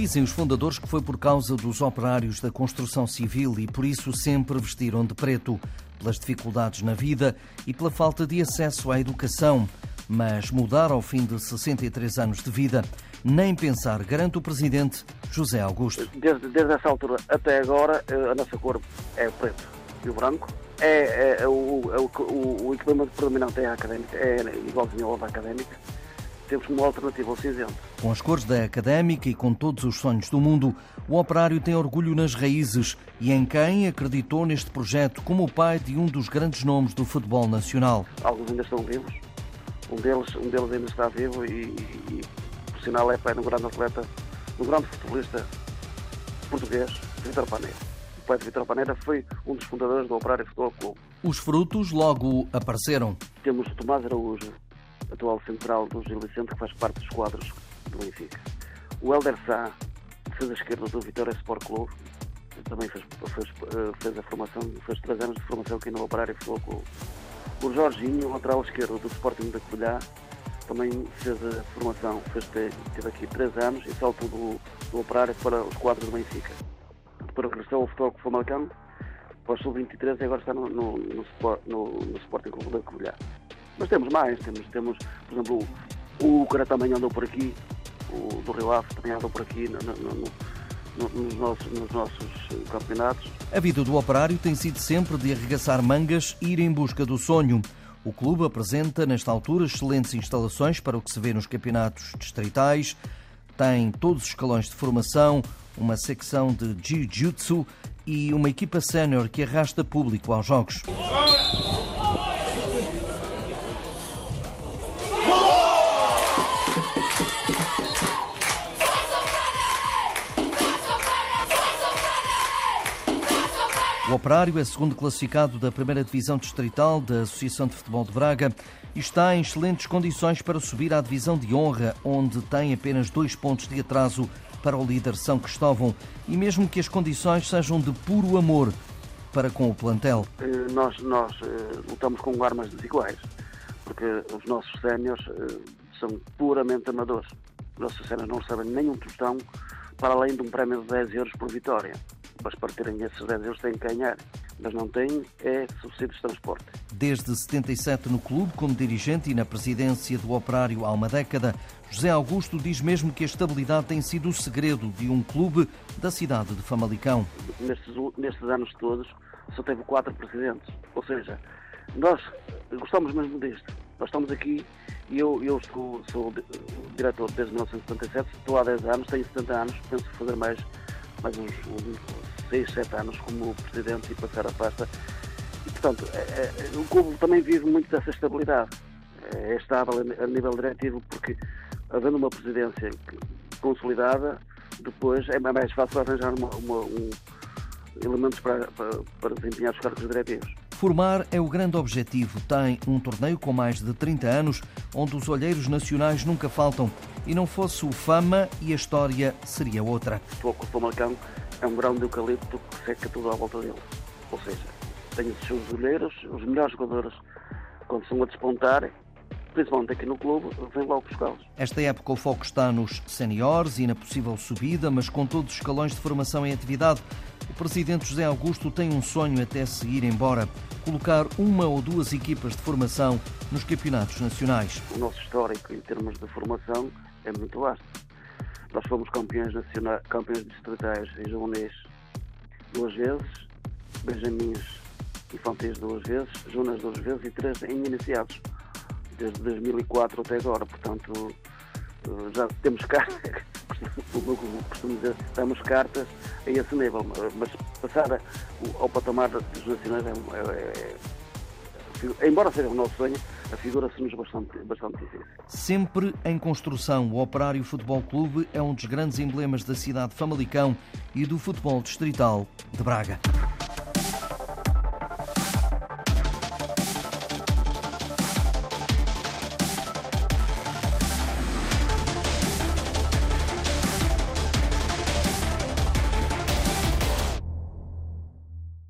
Dizem os fundadores que foi por causa dos operários da construção civil e por isso sempre vestiram de preto, pelas dificuldades na vida e pela falta de acesso à educação. Mas mudar ao fim de 63 anos de vida, nem pensar, garante o presidente José Augusto. Desde essa altura até agora, a nossa cor é o preto e o branco. O equipamento predominante é a académica, é igualzinho ao da académica. Temos uma alternativa ao cinzento. Com as cores da académica e com todos os sonhos do mundo, o operário tem orgulho nas raízes e em quem acreditou neste projeto como o pai de um dos grandes nomes do futebol nacional. Alguns ainda estão vivos, um deles ainda está vivo e por sinal é pai de um grande atleta, um grande futebolista português, Vítor Paneira. O pai de Vítor Paneira foi um dos fundadores do Operário Futebol Clube. Os frutos logo apareceram. Temos o Tomás Araújo, atual central do Gil Vicente, que faz parte dos quadros do Benfica. O Helder Sá, defesa esquerda do Vitória Sport Clube, também fez a formação, fez 3 anos de formação aqui no Operário Futebol Clube. O Jorginho, lateral esquerdo do Sporting da Covilhã, também fez a formação, teve aqui 3 anos e saltou do Operário para os quadros do Benfica. Depois regressou ao Futebol Clube Famalicão, para o Sub-23 e agora está no Sporting Clube da Covilhã. Mas temos mais, temos por exemplo, o Cara também andou por aqui, o do Rio Ave também andou por aqui nos nossos campeonatos. A vida do operário tem sido sempre de arregaçar mangas e ir em busca do sonho. O clube apresenta, nesta altura, excelentes instalações para o que se vê nos campeonatos distritais. Tem todos os escalões de formação, uma secção de jiu-jitsu e uma equipa sénior que arrasta público aos jogos. O Operário é segundo classificado da primeira divisão distrital da Associação de Futebol de Braga e está em excelentes condições para subir à divisão de honra, onde tem apenas 2 pontos de atraso para o líder São Cristóvão, e mesmo que as condições sejam de puro amor para com o plantel. Nós lutamos com armas desiguais, porque os nossos séniores são puramente amadores. Os nossos séniores não recebem nenhum tostão para além de um prémio de 10 euros por vitória. Mas para terem esses 10 euros têm que ganhar, mas não têm subsídios de transporte. Desde 77 no clube, como dirigente e na presidência do Operário há uma década, José Augusto diz mesmo que a estabilidade tem sido o segredo de um clube da cidade de Famalicão. Nestes anos todos, só teve 4 presidentes. Ou seja, nós gostamos mesmo disto. Nós estamos aqui e eu sou diretor desde 1977, estou há 10 anos, tenho 70 anos, penso fazer mais uns 6, 7 anos como presidente e passar a pasta. E, portanto, o clube também vive muito dessa estabilidade. É estável a nível diretivo, porque havendo uma presidência consolidada, depois é mais fácil arranjar elementos para desempenhar os cargos diretivos. Formar é o grande objetivo. Tem um torneio com mais de 30 anos, onde os olheiros nacionais nunca faltam. E não fosse o Fama, e a história seria outra. O Famalicão é um grão de eucalipto que seca tudo à volta dele. Ou seja, tem os seus olheiros, os melhores jogadores, quando são a despontar, principalmente aqui no clube, vem logo buscá-los. Esta época o foco está nos séniores e na possível subida, mas com todos os escalões de formação em atividade, o presidente José Augusto tem um sonho até se ir embora: colocar 1 ou 2 equipas de formação nos campeonatos nacionais. O nosso histórico em termos de formação é muito vasto. Nós fomos campeões nacionais, campeões distritais em juvenis 2 vezes, benjamins infantis 2 vezes, junas 2 vezes e 3 em iniciados, desde 2004 até agora. Portanto, já temos cartas, costumo dizer, temos cartas a esse nível, mas passar ao patamar dos nacionais embora seja o nosso sonho, a figura-se-nos bastante difícil. Sempre em construção, o Operário Futebol Clube é um dos grandes emblemas da cidade de Famalicão e do futebol distrital de Braga.